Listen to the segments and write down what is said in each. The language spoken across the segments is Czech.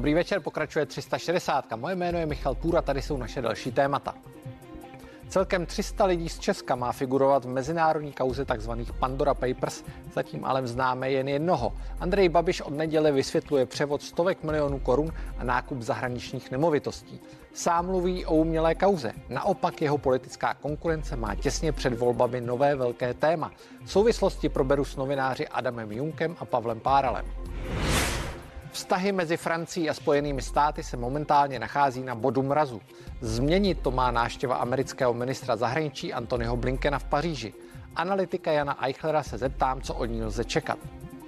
Dobrý večer, pokračuje 360. Moje jméno je Michal Půra, tady jsou naše další témata. Celkem 300 lidí z Česka má figurovat v mezinárodní kauze tzv. Pandora Papers, zatím ale známe jen jednoho. Andrej Babiš od neděle vysvětluje převod stovek milionů korun a nákup zahraničních nemovitostí. Sám mluví o umělé kauze. Naopak jeho politická konkurence má těsně před volbami nové velké téma. V souvislosti proberu s novináři Adamem Junkem a Pavlem Páralem. Vztahy mezi Francií a Spojenými státy se momentálně nachází na bodu mrazu. Změnit to má návštěva amerického ministra zahraničí Antonyho Blinkena v Paříži. Analytika Jana Eichlera se zeptám, co od ní lze čekat.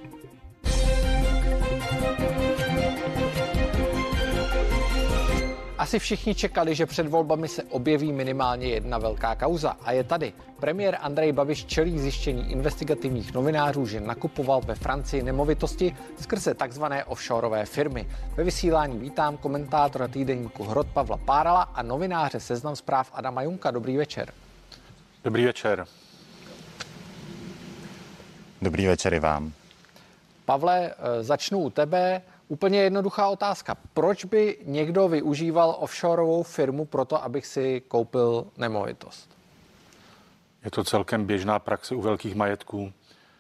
Asi všichni čekali, že před volbami se objeví minimálně jedna velká kauza a je tady. Premiér Andrej Babiš čelí zjištění investigativních novinářů, že nakupoval ve Francii nemovitosti skrze takzvané offshoreové firmy. Ve vysílání vítám komentátora týdeníku Hrot Pavla Párala a novináře Seznam Zpráv Adama Junka. Dobrý večer. Dobrý večer. Dobrý večer i vám. Pavle, začnu u tebe. Úplně jednoduchá otázka. Proč by někdo využíval offshoreovou firmu proto, abych si koupil nemovitost? Je to celkem běžná praxe u velkých majetků,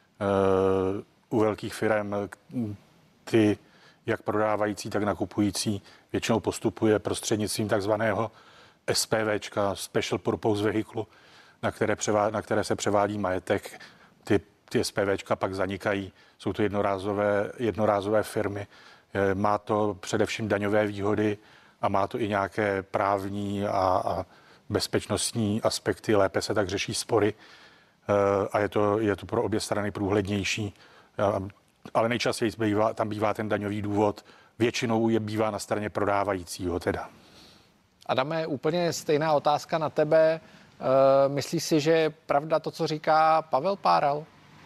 u velkých firm. Ty, jak prodávající, tak nakupující, většinou postupuje prostřednictvím takzvaného SPVčka, Special Purpose Vehicle, na které se převádí majetek. Ty SPVčka pak zanikají. Jsou to jednorázové firmy. Má to především daňové výhody a má to i nějaké právní a bezpečnostní aspekty. Lépe se tak řeší spory a je to pro obě strany průhlednější. Ale nejčastěji tam bývá ten daňový důvod. Většinou bývá na straně prodávajícího teda. Adame, úplně stejná otázka na tebe. Myslíš si, že je pravda to, co říká Pavel Páral?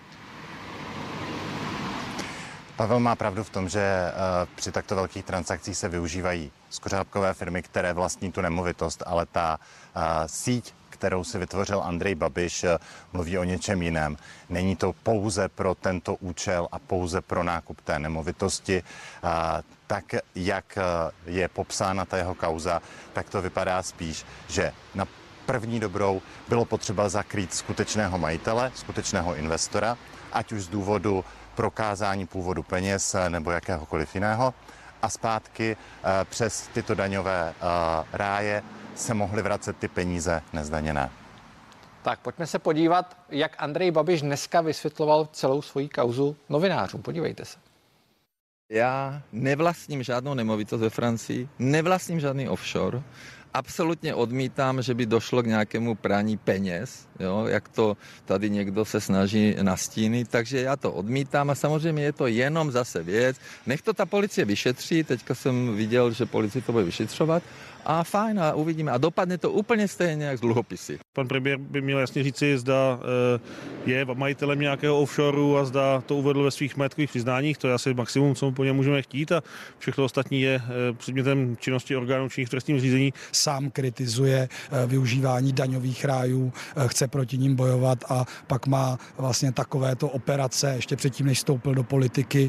Pavel má pravdu v tom, že při takto velkých transakcích se využívají skořápkové firmy, které vlastní tu nemovitost, ale ta síť, kterou si vytvořil Andrej Babiš, mluví o něčem jiném. Není to pouze pro tento účel a pouze pro nákup té nemovitosti. Tak, jak je popsána ta jeho kauza, tak to vypadá spíš, že na první dobrou bylo potřeba zakrýt skutečného majitele, skutečného investora, ať už z důvodu prokázání původu peněz nebo jakéhokoliv jiného. A zpátky přes tyto daňové ráje se mohly vracet ty peníze nezdaněné. Tak pojďme se podívat, jak Andrej Babiš dneska vysvětloval celou svoji kauzu novinářům. Podívejte se. Já nevlastním žádnou nemovitost ve Francii, nevlastním žádný offshore. Absolutně odmítám, že by došlo k nějakému praní peněz, jo, jak to tady někdo se snaží nastínit, takže já to odmítám a samozřejmě je to jenom zase věc. Nech to ta policie vyšetří, teďka jsem viděl, že policie to bude vyšetřovat a fajn a uvidíme. A dopadne to úplně stejně jak z dluhopisy. Pan premiér by měl jasně říci, zda je majitelem nějakého offshoreu a zda to uvedl ve svých majetkových přiznáních. To je asi maximum, co po něm můžeme chtít a všechno ostatní je předmětem činnosti orgánů činných v trestním řízení. Sám kritizuje využívání daňových rájů, chce proti ním bojovat a pak má vlastně takovéto operace ještě předtím, než vstoupil do politiky.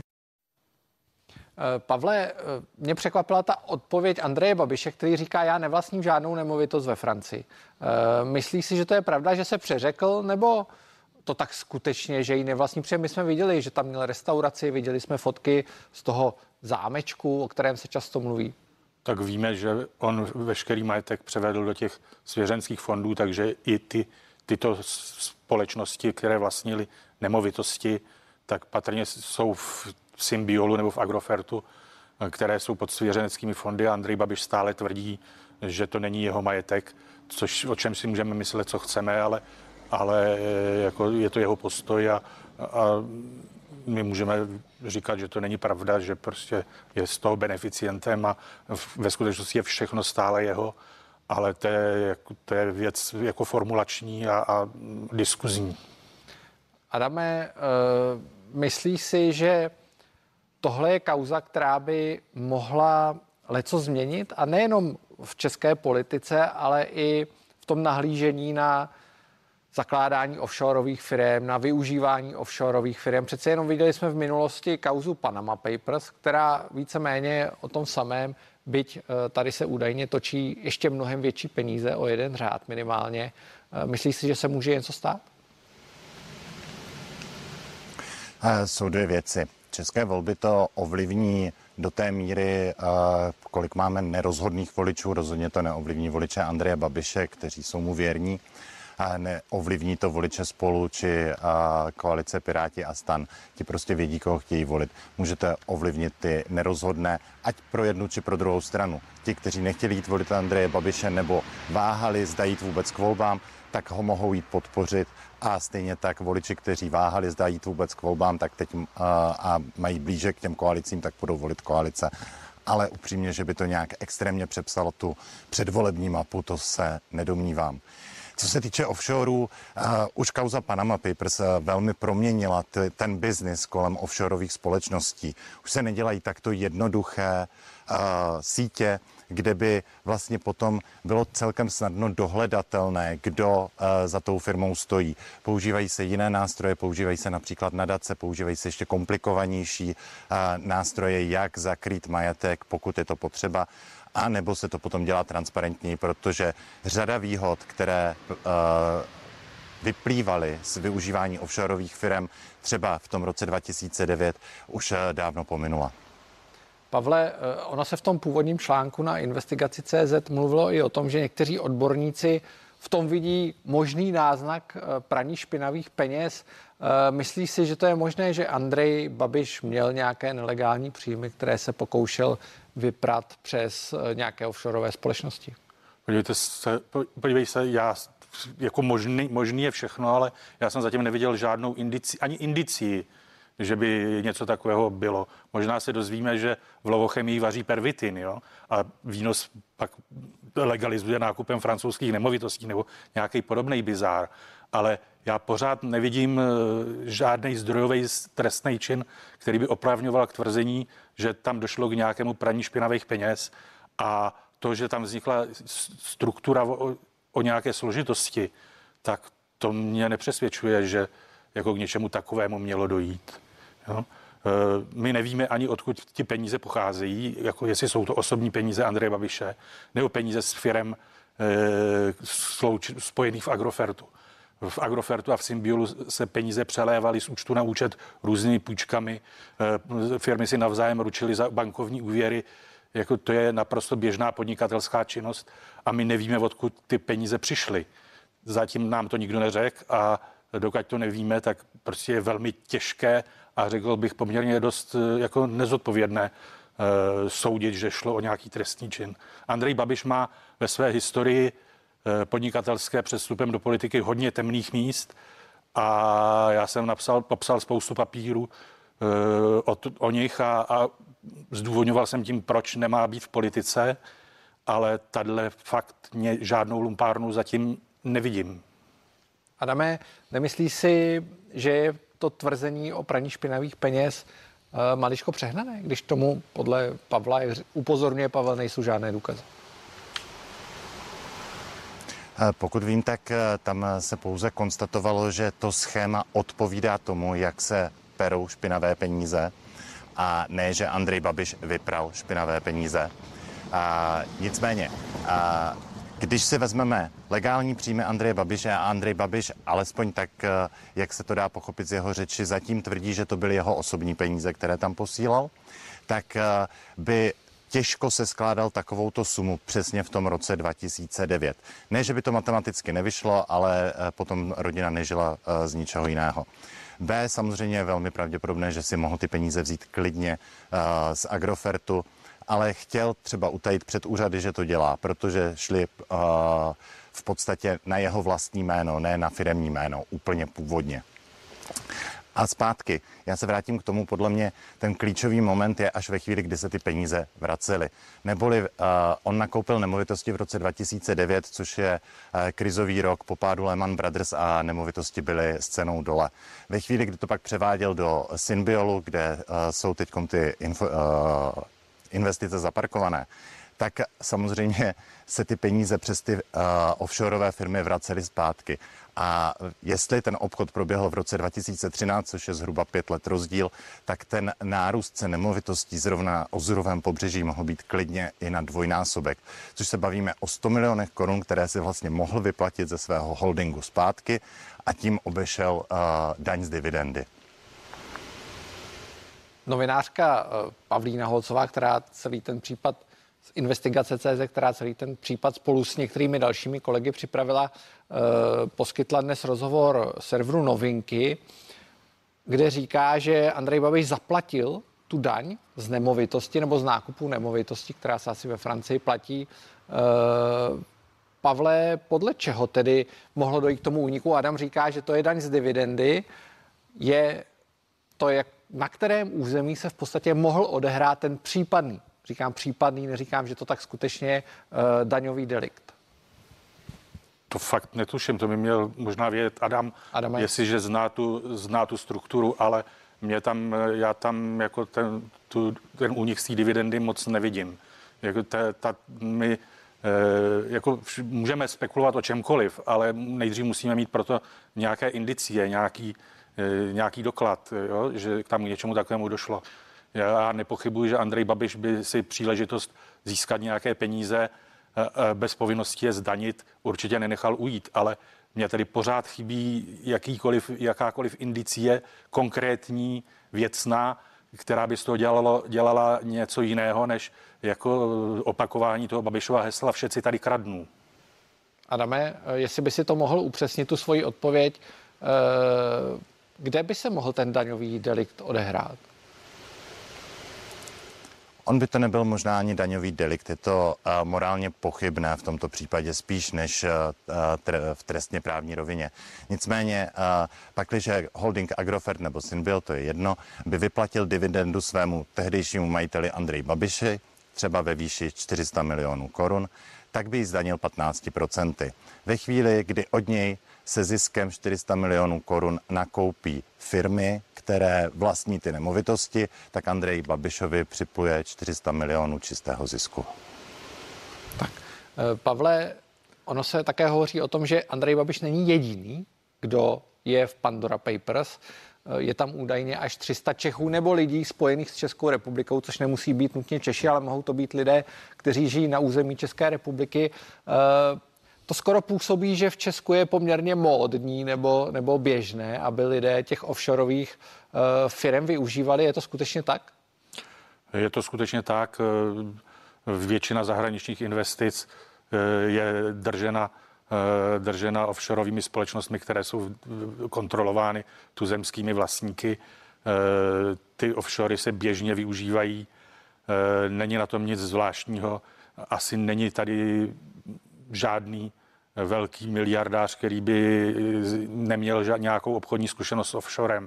Pavle, mě překvapila ta odpověď Andreje Babiše, který říká, já nevlastním žádnou nemovitost ve Francii. Myslíš si, že to je pravda, že se přeřekl, nebo to tak skutečně, že ji nevlastní? Protože my jsme viděli, že tam měl restauraci, viděli jsme fotky z toho zámečku, o kterém se často mluví. Tak víme, že on veškerý majetek převedl do těch svěřenských fondů, takže i tyto společnosti, které vlastnily nemovitosti, tak patrně jsou v Symbiolu nebo v Agrofertu, které jsou pod svěřeneckými fondy. Andrej Babiš stále tvrdí, že to není jeho majetek, o čem si můžeme myslet, co chceme, ale jako je to jeho postoj a my můžeme říkat, že to není pravda, že prostě je z toho beneficientem a ve skutečnosti je všechno stále jeho, ale to je věc jako formulační a diskuzní. Adame, myslíš si, že tohle je kauza, která by mohla leco změnit a nejenom v české politice, ale i v tom nahlížení na zakládání offshoreových firm, na využívání offshoreových firm. Přece jenom viděli jsme v minulosti kauzu Panama Papers, která víceméně o tom samém, byť tady se údajně točí ještě mnohem větší peníze, o jeden řád minimálně. Myslíš si, že se může něco stát? Jsou dvě věci. České volby to ovlivní do té míry, kolik máme nerozhodných voličů. Rozhodně to neovlivní voliče Andreje Babiše, kteří jsou mu věrní. Neovlivní to voliče Spolu či koalice Piráti a STAN. Ti prostě vědí, koho chtějí volit. Můžete ovlivnit ty nerozhodné, ať pro jednu či pro druhou stranu. Ti, kteří nechtěli jít volit Andreje Babiše nebo váhali, zda jít vůbec k volbám, tak ho mohou jít podpořit. A stejně tak voliči, kteří váhali, zda jít vůbec k volbám, tak teď a mají blíže k těm koalicím, tak budou volit koalice. Ale upřímně, že by to nějak extrémně přepsalo tu předvolební mapu, to se nedomnívám. Co se týče offshoreů, už kauza Panama Papers velmi proměnila ten biznis kolem offshoreových společností. Už se nedělají takto jednoduché sítě, kde by vlastně potom bylo celkem snadno dohledatelné, kdo za tou firmou stojí. Používají se jiné nástroje, používají se například nadace, používají se ještě komplikovanější nástroje, jak zakrýt majetek, pokud je to potřeba. A nebo se to potom dělá transparentněji, protože řada výhod, které vyplývaly z využívání offshoreových firm třeba v tom roce 2009, už dávno pominula. Pavle, ono se v tom původním článku na investigaci.cz mluvilo i o tom, že někteří odborníci v tom vidí možný náznak praní špinavých peněz. Myslíš si, že to je možné, že Andrej Babiš měl nějaké nelegální příjmy, které se pokoušel vyprat přes nějaké offshoreové společnosti? Podívej se, já jako možný je všechno, ale já jsem zatím neviděl žádnou indicii, že by něco takového bylo. Možná se dozvíme, že v Lovochemii vaří pervitin, jo? A výnos pak legalizuje nákupem francouzských nemovitostí nebo nějaký podobný bizár. Ale já pořád nevidím žádný zdrojový trestný čin, který by opravňoval k tvrzení, že tam došlo k nějakému praní špinavých peněz, a to, že tam vznikla struktura o nějaké složitosti, tak to mě nepřesvědčuje, že jako k něčemu takovému mělo dojít. Jo? My nevíme ani, odkud ti peníze pocházejí, jako jestli jsou to osobní peníze Andreje Babiše nebo peníze z firem spojených v Agrofertu. V Agrofertu a v Symbiolu se peníze přelévaly z účtu na účet různými půjčkami. Firmy si navzájem ručily za bankovní úvěry. Jako to je naprosto běžná podnikatelská činnost a my nevíme, odkud ty peníze přišly. Zatím nám to nikdo neřekl a dokud to nevíme, tak prostě je velmi těžké a řekl bych poměrně dost jako nezodpovědné soudit, že šlo o nějaký trestný čin. Andrej Babiš má ve své historii podnikatelské přestupem do politiky hodně temných míst a já jsem popsal spoustu papírů o nich a zdůvodňoval jsem tím, proč nemá být v politice, ale tahle fakt žádnou lumpárnu zatím nevidím. Adame, nemyslíš si, že je to tvrzení o praní špinavých peněz maličko přehnané, když tomu podle Pavla upozorňuje Pavel, nejsou žádné důkazy? Pokud vím, tak tam se pouze konstatovalo, že to schéma odpovídá tomu, jak se perou špinavé peníze, a ne, že Andrej Babiš vypral špinavé peníze. Nicméně, když si vezmeme legální příjmy Andreje Babiše a Andrej Babiš, alespoň tak, jak se to dá pochopit z jeho řeči, zatím tvrdí, že to byly jeho osobní peníze, které tam posílal, tak by těžko se skládal takovouto sumu přesně v tom roce 2009. Ne, že by to matematicky nevyšlo, ale potom rodina nežila z ničeho jiného. B, samozřejmě je velmi pravděpodobné, že si mohl ty peníze vzít klidně z Agrofertu, ale chtěl třeba utajit před úřady, že to dělá, protože šli v podstatě na jeho vlastní jméno, ne na firemní jméno, úplně původně. A zpátky, já se vrátím k tomu, podle mě ten klíčový moment je až ve chvíli, kdy se ty peníze vracely. Neboli on nakoupil nemovitosti v roce 2009, což je krizový rok po pádu Lehman Brothers a nemovitosti byly s cenou dole. Ve chvíli, kdy to pak převáděl do Symbiolu, kde jsou teď ty investice zaparkované, tak samozřejmě se ty peníze přes ty offshoreové firmy vracely zpátky. A jestli ten obchod proběhl v roce 2013, což je zhruba 5 let rozdíl, tak ten nárůst cen nemovitostí zrovna na Ozurovém pobřeží mohl být klidně i na dvojnásobek. Což se bavíme o 100 milionech korun, které si vlastně mohl vyplatit ze svého holdingu zpátky a tím obešel daň z dividendy. Novinářka Pavlína Holcová, která celý ten případ z investigace CZ, která celý ten případ spolu s některými dalšími kolegy připravila, poskytla dnes rozhovor serveru Novinky, kde říká, že Andrej Babiš zaplatil tu daň z nemovitosti nebo z nákupu nemovitosti, která se asi ve Francii platí. Pavle, podle čeho tedy mohlo dojít k tomu úniku? Adam říká, že to je daň z dividendy. Je to, na kterém území se v podstatě mohl odehrát ten případný, říkám případný, neříkám, že to tak skutečně je daňový delikt. To fakt netuším, to by měl možná vědět Adam, jestliže zná tu strukturu, ale já tam jako ten únik z té dividendy moc nevidím. My jako můžeme spekulovat o čemkoliv, ale nejdřív musíme mít proto nějaké indicie, nějaký doklad, jo, že k tam něčemu takovému došlo. Já nepochybuji, že Andrej Babiš by si příležitost získat nějaké peníze bez povinnosti je zdanit určitě nenechal ujít, ale mně tady pořád chybí jakákoliv indicie konkrétní, věcná, která by z toho dělala něco jiného, než jako opakování toho Babišova hesla všetci tady kradnou. Adame, jestli by si to mohl upřesnit, tu svoji odpověď, kde by se mohl ten daňový delikt odehrát? On by to nebyl možná ani daňový delikt, je to morálně pochybné v tomto případě spíš než v trestně právní rovině. Nicméně pakliže holding Agrofert nebo Synbil, to je jedno, by vyplatil dividendu svému tehdejšímu majiteli Andreji Babiši, třeba ve výši 400 milionů korun, tak by ji zdanil 15%. Ve chvíli, kdy od něj se ziskem 400 milionů korun nakoupí firmy, které vlastní ty nemovitosti, tak Andrej Babišovi připluje 400 milionů čistého zisku. Tak, Pavle, ono se také hovoří o tom, že Andrej Babiš není jediný, kdo je v Pandora Papers. Je tam údajně až 300 Čechů nebo lidí spojených s Českou republikou, což nemusí být nutně Češi, ale mohou to být lidé, kteří žijí na území České republiky. To skoro působí, že v Česku je poměrně módní nebo běžné, aby lidé těch offshoreových firem využívali. Je to skutečně tak? Je to skutečně tak. Většina zahraničních investic je držena offshoreovými společnostmi, které jsou kontrolovány tuzemskými vlastníky. Ty offshory se běžně využívají. Není na tom nic zvláštního. Asi není tady žádný velký miliardář, který by neměl nějakou obchodní zkušenost s offshorem.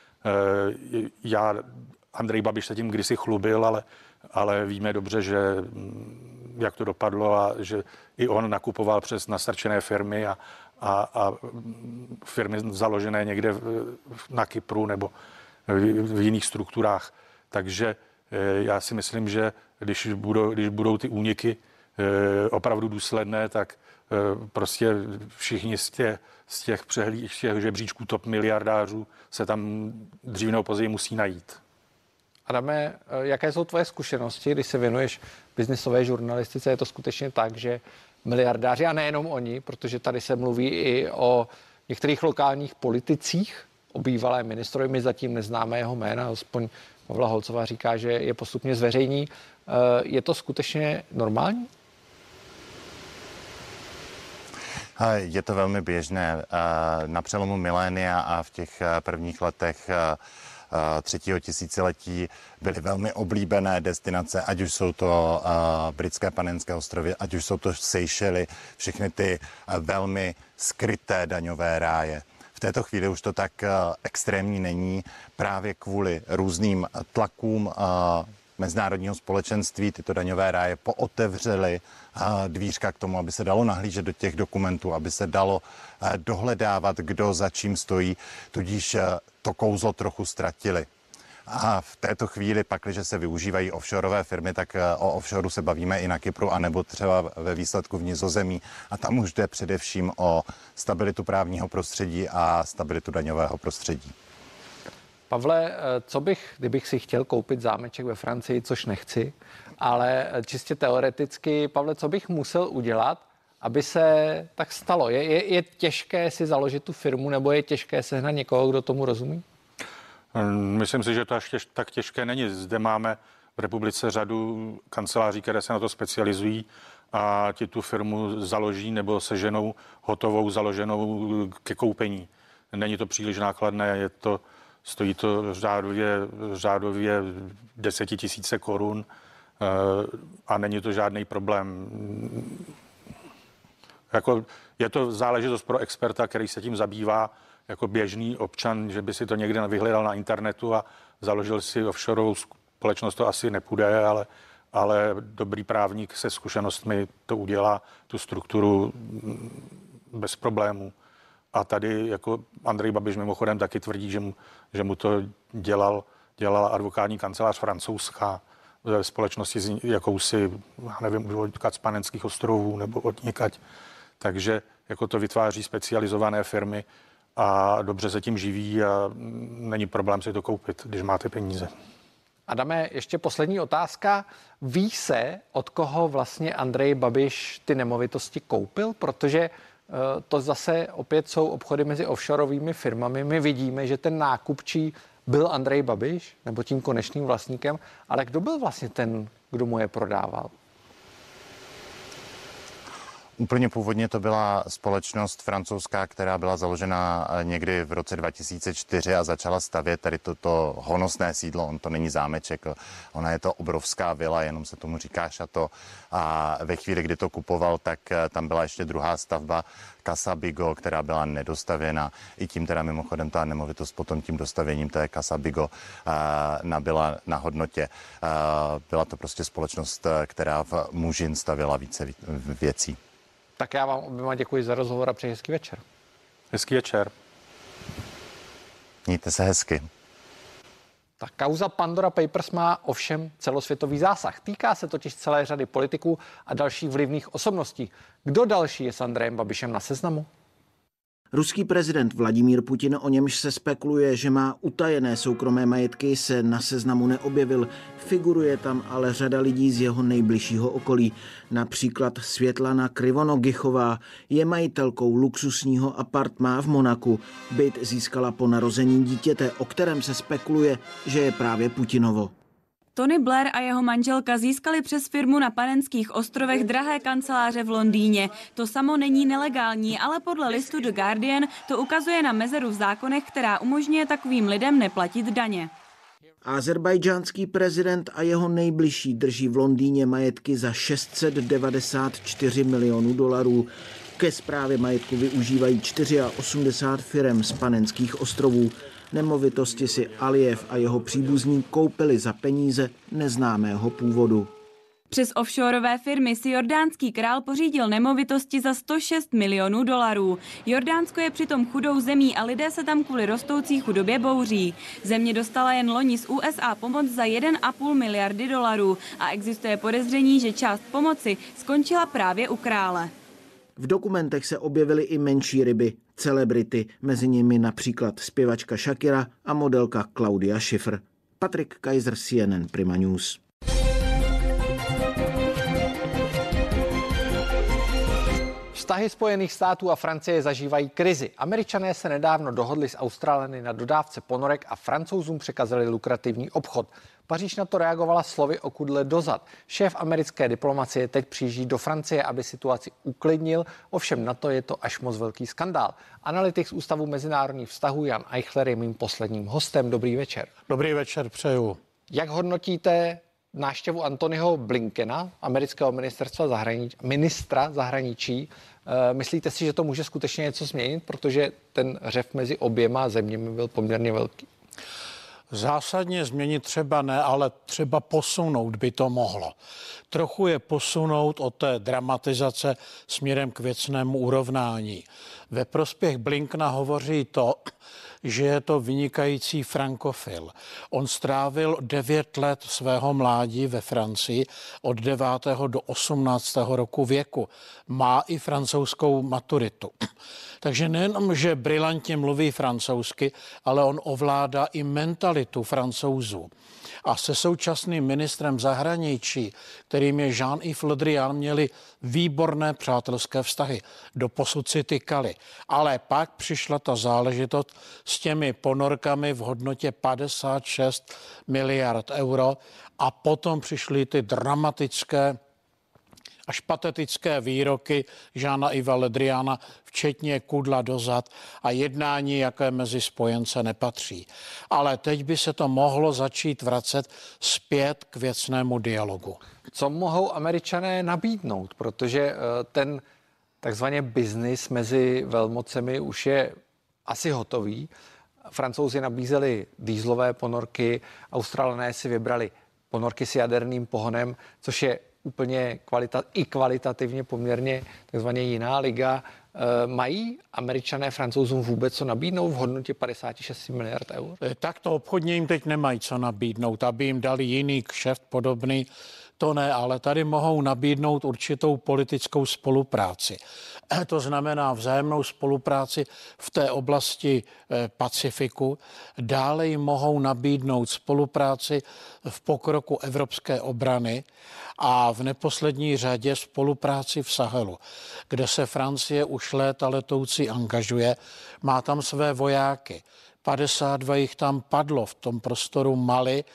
Andrej Babiš se tím kdysi chlubil, ale víme dobře, že jak to dopadlo a že i on nakupoval přes nasrčené firmy a firmy založené někde na Kypru nebo v jiných strukturách. Takže já si myslím, že když budou ty úniky opravdu důsledné, tak prostě všichni z těch žebříčků top miliardářů se tam dřív nebo později musí najít. Adame, jaké jsou tvoje zkušenosti, když se věnuješ biznisové žurnalistice? Je to skutečně tak, že miliardáři, a nejenom oni, protože tady se mluví i o některých lokálních politicích, o bývalém ministrovi, my zatím neznáme jeho jména, aspoň Pavla Holcová říká, že je postupně zveřejní. Je to skutečně normální? Je to velmi běžné. Na přelomu milénia a v těch prvních letech třetího tisíciletí byly velmi oblíbené destinace, ať už jsou to britské Panenské ostrovy, ať už jsou to Seychely, všechny ty velmi skryté daňové ráje. V této chvíli už to tak extrémní není právě kvůli různým tlakům mezinárodního společenství. Tyto daňové ráje pootevřely dvířka k tomu, aby se dalo nahlížet do těch dokumentů, aby se dalo dohledávat, kdo za čím stojí, tudíž to kouzlo trochu ztratili. A v této chvíli pak, když se využívají offshoreové firmy, tak o offshoreu se bavíme i na Kypru, anebo třeba ve výsledku v Nizozemí. A tam už jde především o stabilitu právního prostředí a stabilitu daňového prostředí. Pavle, kdybych si chtěl koupit zámeček ve Francii, což nechci, ale čistě teoreticky, Pavle, co bych musel udělat, aby se tak stalo? Je těžké si založit tu firmu, nebo je těžké sehnat někoho, kdo tomu rozumí? Myslím si, že to až tak těžké není. Zde máme v republice řadu kanceláří, které se na to specializují a ti tu firmu založí nebo seženou hotovou, založenou ke koupení. Není to příliš nákladné, stojí to řádově 10 000 korun a není to žádný problém. Je to záležitost pro experta, který se tím zabývá. Jako běžný občan, že by si to někde vyhledal na internetu a založil si offshoreovou společnost, to asi nepůjde, ale dobrý právník se zkušenostmi to udělá, tu strukturu bez problémů. A tady jako Andrej Babiš mimochodem taky tvrdí, že mu to dělala advokátní kancelář francouzská ve společnosti s jakousi, já nevím, od Kacpanenských ostrovů nebo od někať. Takže jako to vytváří specializované firmy a dobře se tím živí a není problém si to koupit, když máte peníze. Adame, ještě poslední otázka. Ví se, od koho vlastně Andrej Babiš ty nemovitosti koupil? Protože to zase opět jsou obchody mezi offshoreovými firmami. My vidíme, že ten nákupčí byl Andrej Babiš, nebo tím konečným vlastníkem, ale kdo byl vlastně ten, kdo mu je prodával? Úplně původně to byla společnost francouzská, která byla založena někdy v roce 2004 a začala stavět tady toto honosné sídlo. On to není zámeček, ona je to obrovská vila, jenom se tomu říká šato. A ve chvíli, kdy to kupoval, tak tam byla ještě druhá stavba Casa Bigo, která byla nedostavěna. I tím teda mimochodem ta nemovitost potom tím dostavěním té Casa Bigo nabyla na hodnotě. Byla to prostě společnost, která v Mužin stavěla více věcí. Tak já vám oběma děkuji za rozhovor a přeji hezký večer. Hezký večer. Mějte se hezky. Ta kauza Pandora Papers má ovšem celosvětový zásah. Týká se totiž celé řady politiků a dalších vlivných osobností. Kdo další je s Andrejem Babišem na seznamu? Ruský prezident Vladimír Putin, o němž se spekuluje, že má utajené soukromé majetky, se na seznamu neobjevil. Figuruje tam ale řada lidí z jeho nejbližšího okolí. Například Světlana Krivonogichová je majitelkou luxusního apartmá v Monaku. Byt získala po narození dítěte, o kterém se spekuluje, že je právě Putinovo. Tony Blair a jeho manželka získali přes firmu na Panenských ostrovech drahé kanceláře v Londýně. To samo není nelegální, ale podle listu The Guardian to ukazuje na mezeru v zákonech, která umožňuje takovým lidem neplatit daně. Azerbajdžánský prezident a jeho nejbližší drží v Londýně majetky za 694 milionů dolarů. Ke správě majetku využívají 84 firem z Panenských ostrovů. Nemovitosti si Alijev a jeho příbuzní koupili za peníze neznámého původu. Přes offshoreové firmy si jordánský král pořídil nemovitosti za 106 milionů dolarů. Jordánsko je přitom chudou zemí a lidé se tam kvůli rostoucí chudobě bouří. Země dostala jen loni z USA pomoc za 1,5 miliardy dolarů a existuje podezření, že část pomoci skončila právě u krále. V dokumentech se objevily i menší ryby, celebrity, mezi nimi například zpěvačka Shakira a modelka Claudia Schiffer. Patrik Kaiser, CNN Prima News. Vztahy Spojených států a Francie zažívají krizi. Američané se nedávno dohodli s Australany na dodávce ponorek a Francouzům překazili lukrativní obchod. Paříž na to reagovala slovy o kudle dozad. Šéf americké diplomacie teď přijíždí do Francie, aby situaci uklidnil, ovšem na to je to až moc velký skandál. Analytik z Ústavu mezinárodních vztahů Jan Eichler je mým posledním hostem. Dobrý večer. Dobrý večer, přeju. Jak hodnotíte návštěvu Antonyho Blinkena, amerického ministra zahraničí? Myslíte si, že to může skutečně něco změnit, protože ten řev mezi oběma zeměmi byl poměrně velký? Zásadně změnit třeba ne, ale třeba posunout by to mohlo. Trochu je posunout od té dramatizace směrem k věcnému urovnání. Ve prospěch Blinkena hovoří to, že je to vynikající frankofil. On strávil 9 let svého mládí ve Francii od 9. do 18. roku věku. Má i francouzskou maturitu. Takže nejenom, že brilantně mluví francouzsky, ale on ovládá i mentalitu Francouzů. A se současným ministrem zahraničí, kterým je Jean-Yves Le Drian, měli výborné přátelské vztahy. Doposud si tykali. Ale pak přišla ta záležitost s těmi ponorkami v hodnotě 56 miliard euro a potom přišly ty dramatické až patetické výroky Jeana-Yvesa Le Driana, včetně kudla dozad a jednání, jaké mezi spojence nepatří. Ale teď by se to mohlo začít vracet zpět k věcnému dialogu. Co mohou Američané nabídnout? Protože ten takzvaně biznis mezi velmocemi už je asi hotový. Francouzi nabízeli dýzlové ponorky, Australané si vybrali ponorky s jaderným pohonem, což je úplně kvalitativně poměrně takzvaně jiná liga. Mají Američané Francouzům vůbec co nabídnout v hodnotě 56 miliard eur? Tak to obchodně jim teď nemají co nabídnout, aby jim dali jiný kšeft podobný. To ne, ale tady mohou nabídnout určitou politickou spolupráci. To znamená vzájemnou spolupráci v té oblasti Pacifiku. Dále jim mohou nabídnout spolupráci v pokroku evropské obrany a v neposlední řadě spolupráci v Sahelu, kde se Francie už léta letoucí angažuje. Má tam své vojáky. 52 jich tam padlo v tom prostoru Mali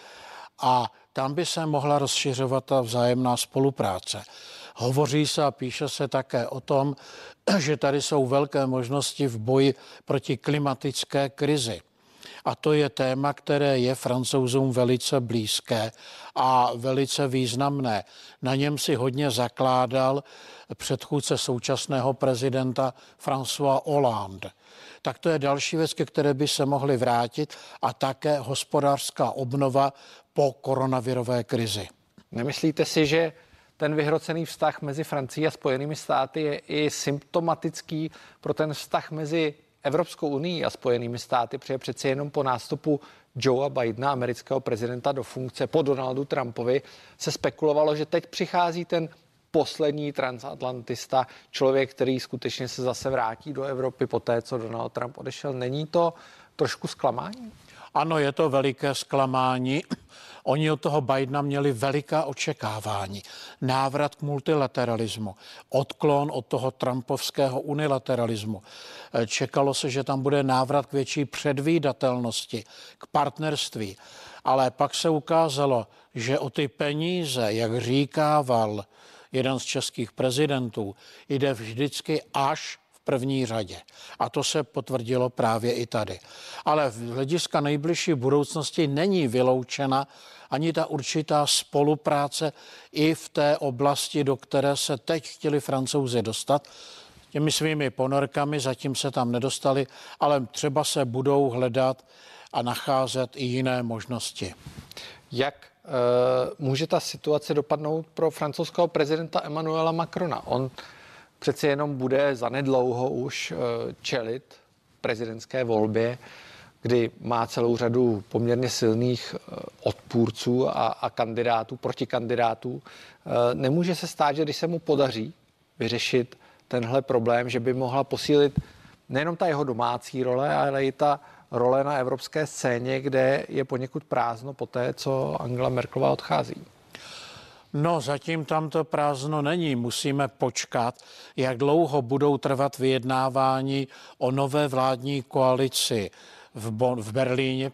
a tam by se mohla rozšiřovat ta vzájemná spolupráce. Hovoří se a píše se také o tom, že tady jsou velké možnosti v boji proti klimatické krizi. A to je téma, které je Francouzům velice blízké a velice významné. Na něm si hodně zakládal předchůdce současného prezidenta François Hollande. Tak to je další věc, ke které by se mohli vrátit a také hospodářská obnova po koronavirové krizi. Nemyslíte si, že ten vyhrocený vztah mezi Francií a Spojenými státy je i symptomatický pro ten vztah mezi Evropskou unií a Spojenými státy, protože přeci jenom po nástupu Joea Bidena, amerického prezidenta, do funkce po Donaldu Trumpovi se spekulovalo, že teď přichází ten poslední transatlantista, člověk, který skutečně se zase vrátí do Evropy po té, co Donald Trump odešel. Není to trošku zklamání? Ano, je to veliké zklamání. Oni od toho Bidena měli veliká očekávání. Návrat k multilateralismu, odklon od toho trumpovského unilateralismu. Čekalo se, že tam bude návrat k větší předvídatelnosti, k partnerství. Ale pak se ukázalo, že o ty peníze, jak říkával jeden z českých prezidentů, jde vždycky až v první řadě. A to se potvrdilo právě i tady. Ale v hlediska nejbližší budoucnosti není vyloučena ani ta určitá spolupráce i v té oblasti, do které se teď chtěli Francouzi dostat. Těmi svými ponorkami zatím se tam nedostali, ale třeba se budou hledat a nacházet i jiné možnosti. Jak může ta situace dopadnout pro francouzského prezidenta Emmanuela Macrona? On přeci jenom bude zanedlouho už čelit prezidentské volbě, kdy má celou řadu poměrně silných odpůrců a kandidátů, protikandidátů. Nemůže se stát, že když se mu podaří vyřešit tenhle problém, že by mohla posílit nejenom ta jeho domácí role, ale i ta role na evropské scéně, kde je poněkud prázdno po té, co Angela Merkelová odchází? No, zatím tam to prázdno není. Musíme počkat, jak dlouho budou trvat vyjednávání o nové vládní koalici v Berlíně,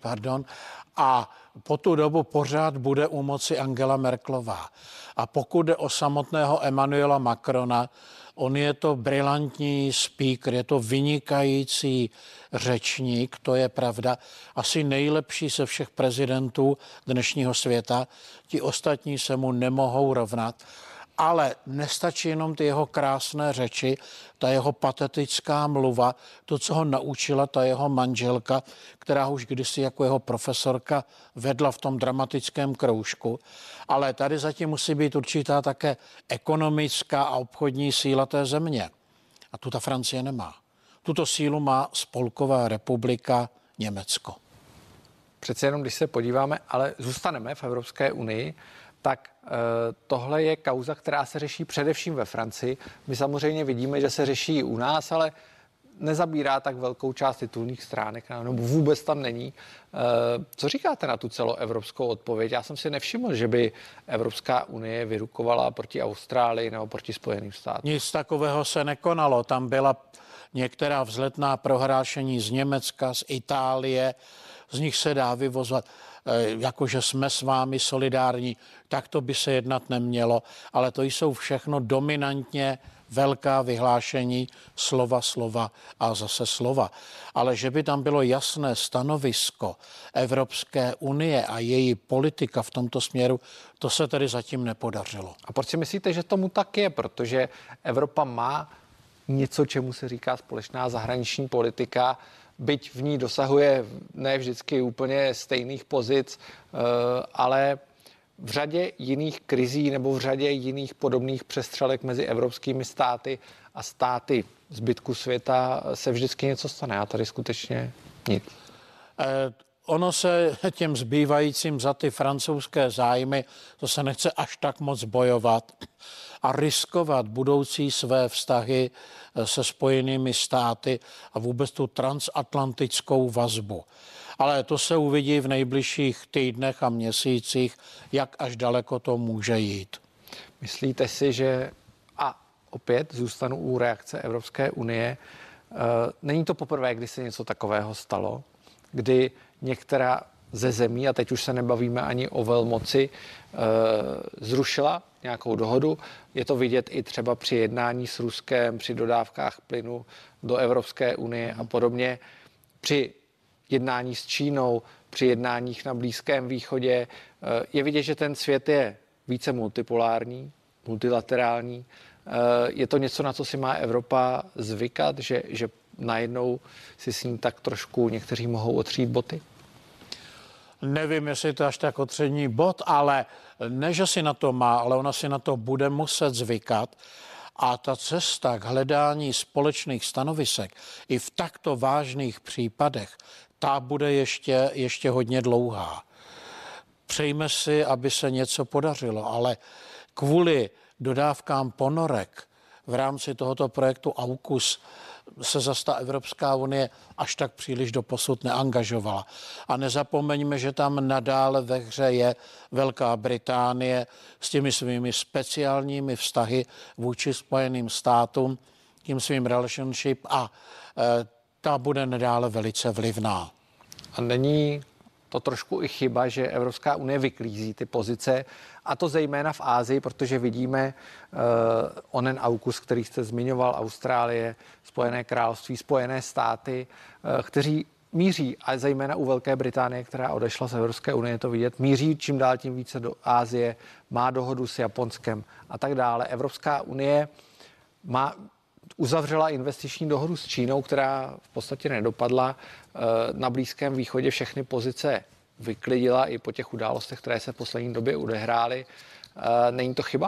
a po tu dobu pořád bude u moci Angela Merkelová. A pokud jde o samotného Emmanuela Macrona, on je to brilantní speaker, je to vynikající řečník, to je pravda, asi nejlepší ze všech prezidentů dnešního světa. Ti ostatní se mu nemohou rovnat, ale nestačí jenom ty jeho krásné řeči, ta jeho patetická mluva, to, co ho naučila ta jeho manželka, která už kdysi jako jeho profesorka vedla v tom dramatickém kroužku. Ale tady zatím musí být určitá také ekonomická a obchodní síla té země. A tu ta Francie nemá. Tuto sílu má Spolková republika Německo. Přece jenom, když se podíváme, ale zůstaneme v Evropské unii, tak tohle je kauza, která se řeší především ve Francii. My samozřejmě vidíme, že se řeší i u nás, ale nezabírá tak velkou část titulních stránek, nebo vůbec tam není. Co říkáte na tu celoevropskou odpověď? Já jsem si nevšiml, že by Evropská unie vyrukovala proti Austrálii nebo proti Spojeným státům. Nic takového se nekonalo. Tam byla některá vzletná prohlášení z Německa, z Itálie, z nich se dá vyvozovat, jakože jsme s vámi solidární, tak to by se jednat nemělo, ale to jsou všechno dominantně velká vyhlášení, slova a zase slova. Ale že by tam bylo jasné stanovisko Evropské unie a její politika v tomto směru, to se tedy zatím nepodařilo. A proč si myslíte, že tomu tak je? Protože Evropa má něco, čemu se říká společná zahraniční politika, byť v ní dosahuje ne vždycky úplně stejných pozic, ale v řadě jiných krizí nebo v řadě jiných podobných přestřelek mezi evropskými státy a státy zbytku světa se vždycky něco stane. A tady skutečně nic. Ono se těm zbývajícím za ty francouzské zájmy, to se nechce až tak moc bojovat a riskovat budoucí své vztahy se Spojenými státy a vůbec tu transatlantickou vazbu. Ale to se uvidí v nejbližších týdnech a měsících, jak až daleko to může jít. Myslíte si, že, a opět zůstanu u reakce Evropské unie, není to poprvé, kdy se něco takového stalo, kdy některá ze zemí, a teď už se nebavíme ani o velmoci, zrušila nějakou dohodu. Je to vidět i třeba při jednání s Ruskem, při dodávkách plynu do Evropské unie a podobně, při jednání s Čínou, při jednáních na Blízkém východě. Je vidět, že ten svět je více multipolární, multilaterální. Je to něco, na co si má Evropa zvykat, že najednou si s ní tak trošku někteří mohou otřít boty? Nevím, jestli to až tak otřední bod, ale ne, že si na to má, ale ona si na to bude muset zvykat. A ta cesta k hledání společných stanovisek i v takto vážných případech, ta bude ještě hodně dlouhá. Přejme si, aby se něco podařilo, ale kvůli dodávkám ponorek v rámci tohoto projektu AUKUS se zase ta Evropská unie až tak příliš doposud neangažovala. A nezapomeňme, že tam nadále ve hře je Velká Británie s těmi svými speciálními vztahy vůči Spojeným státům, tím svým relationship a ta bude nadále velice vlivná. A není to trošku i chyba, že Evropská unie vyklízí ty pozice, a to zejména v Asii, protože vidíme onen AUKUS, který jste zmiňoval, Austrálie, Spojené království, Spojené státy, kteří míří, a zejména u Velké Británie, která odešla z Evropské unie, to vidět, míří čím dál tím více do Asie, má dohodu s Japonskem a tak dále. Evropská unie uzavřela investiční dohodu s Čínou, která v podstatě nedopadla. Na Blízkém východě všechny pozice vyklidila i po těch událostech, které se v poslední době odehrály. Není to chyba?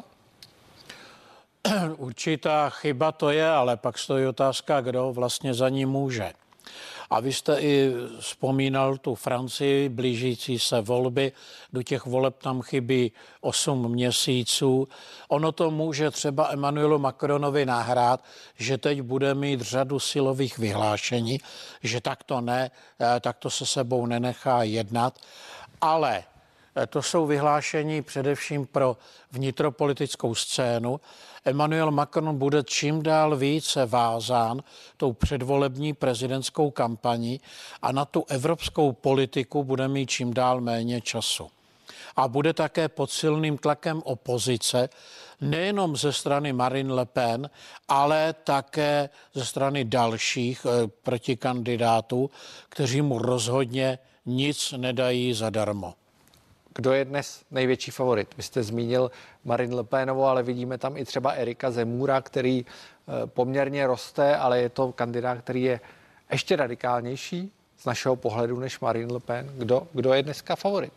Určitá chyba to je, ale pak stojí otázka, kdo vlastně za ní může. A vy jste i vzpomínal tu Francii, blížící se volby, do těch voleb tam chybí 8 měsíců. Ono to může třeba Emmanuelu Macronovi nahrát, že teď bude mít řadu silových vyhlášení, že takto ne, takto se sebou nenechá jednat, ale to jsou vyhlášení především pro vnitropolitickou scénu. Emmanuel Macron bude čím dál více vázán tou předvolební prezidentskou kampaní a na tu evropskou politiku bude mít čím dál méně času. A bude také pod silným tlakem opozice, nejenom ze strany Marine Le Pen, ale také ze strany dalších protikandidátů, kteří mu rozhodně nic nedají zadarmo. Kdo je dnes největší favorit? Vy jste zmínil Marine Le Penovou, ale vidíme tam i třeba Erika Zemmoura, který poměrně roste, ale je to kandidát, který je ještě radikálnější z našeho pohledu než Marine Le Pen. Kdo je dneska favorit?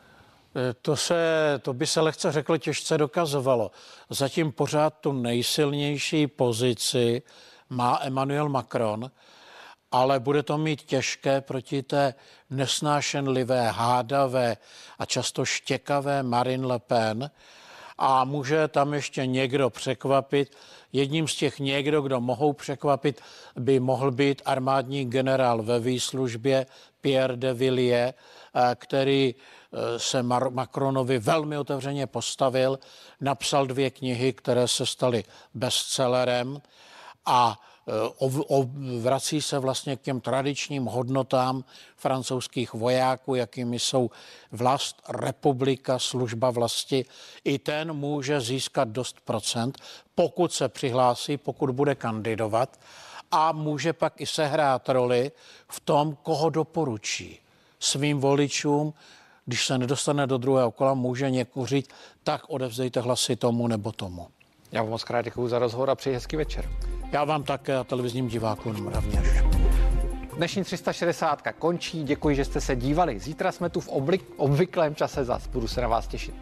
To by se lehce řeklo, těžce dokazovalo. Zatím pořád tu nejsilnější pozici má Emmanuel Macron ale bude to mít těžké proti té nesnášenlivé, hádavé a často štěkavé Marine Le Pen a může tam ještě někdo překvapit. Jedním z těch někdo, kdo mohou překvapit, by mohl být armádní generál ve výslužbě Pierre de Villiers, který se Macronovi velmi otevřeně postavil, napsal 2 knihy, které se staly bestsellerem a vrací se vlastně k těm tradičním hodnotám francouzských vojáků, jakými jsou vlast, republika, služba vlasti. I ten může získat dost procent, pokud se přihlásí, pokud bude kandidovat a může pak i sehrát roli v tom, koho doporučí svým voličům. Když se nedostane do druhého kola, může někomu říct, tak odevzdejte hlasy tomu nebo tomu. Já vám moc krát děkuju za rozhovor a přeji hezký večer. Já vám také a televizním divákům rovněž. Dnešní 360 končí, děkuji, že jste se dívali. Zítra jsme tu v obvyklém čase zas, budu se na vás těšit.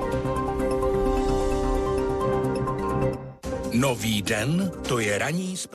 Nový den, to je ranní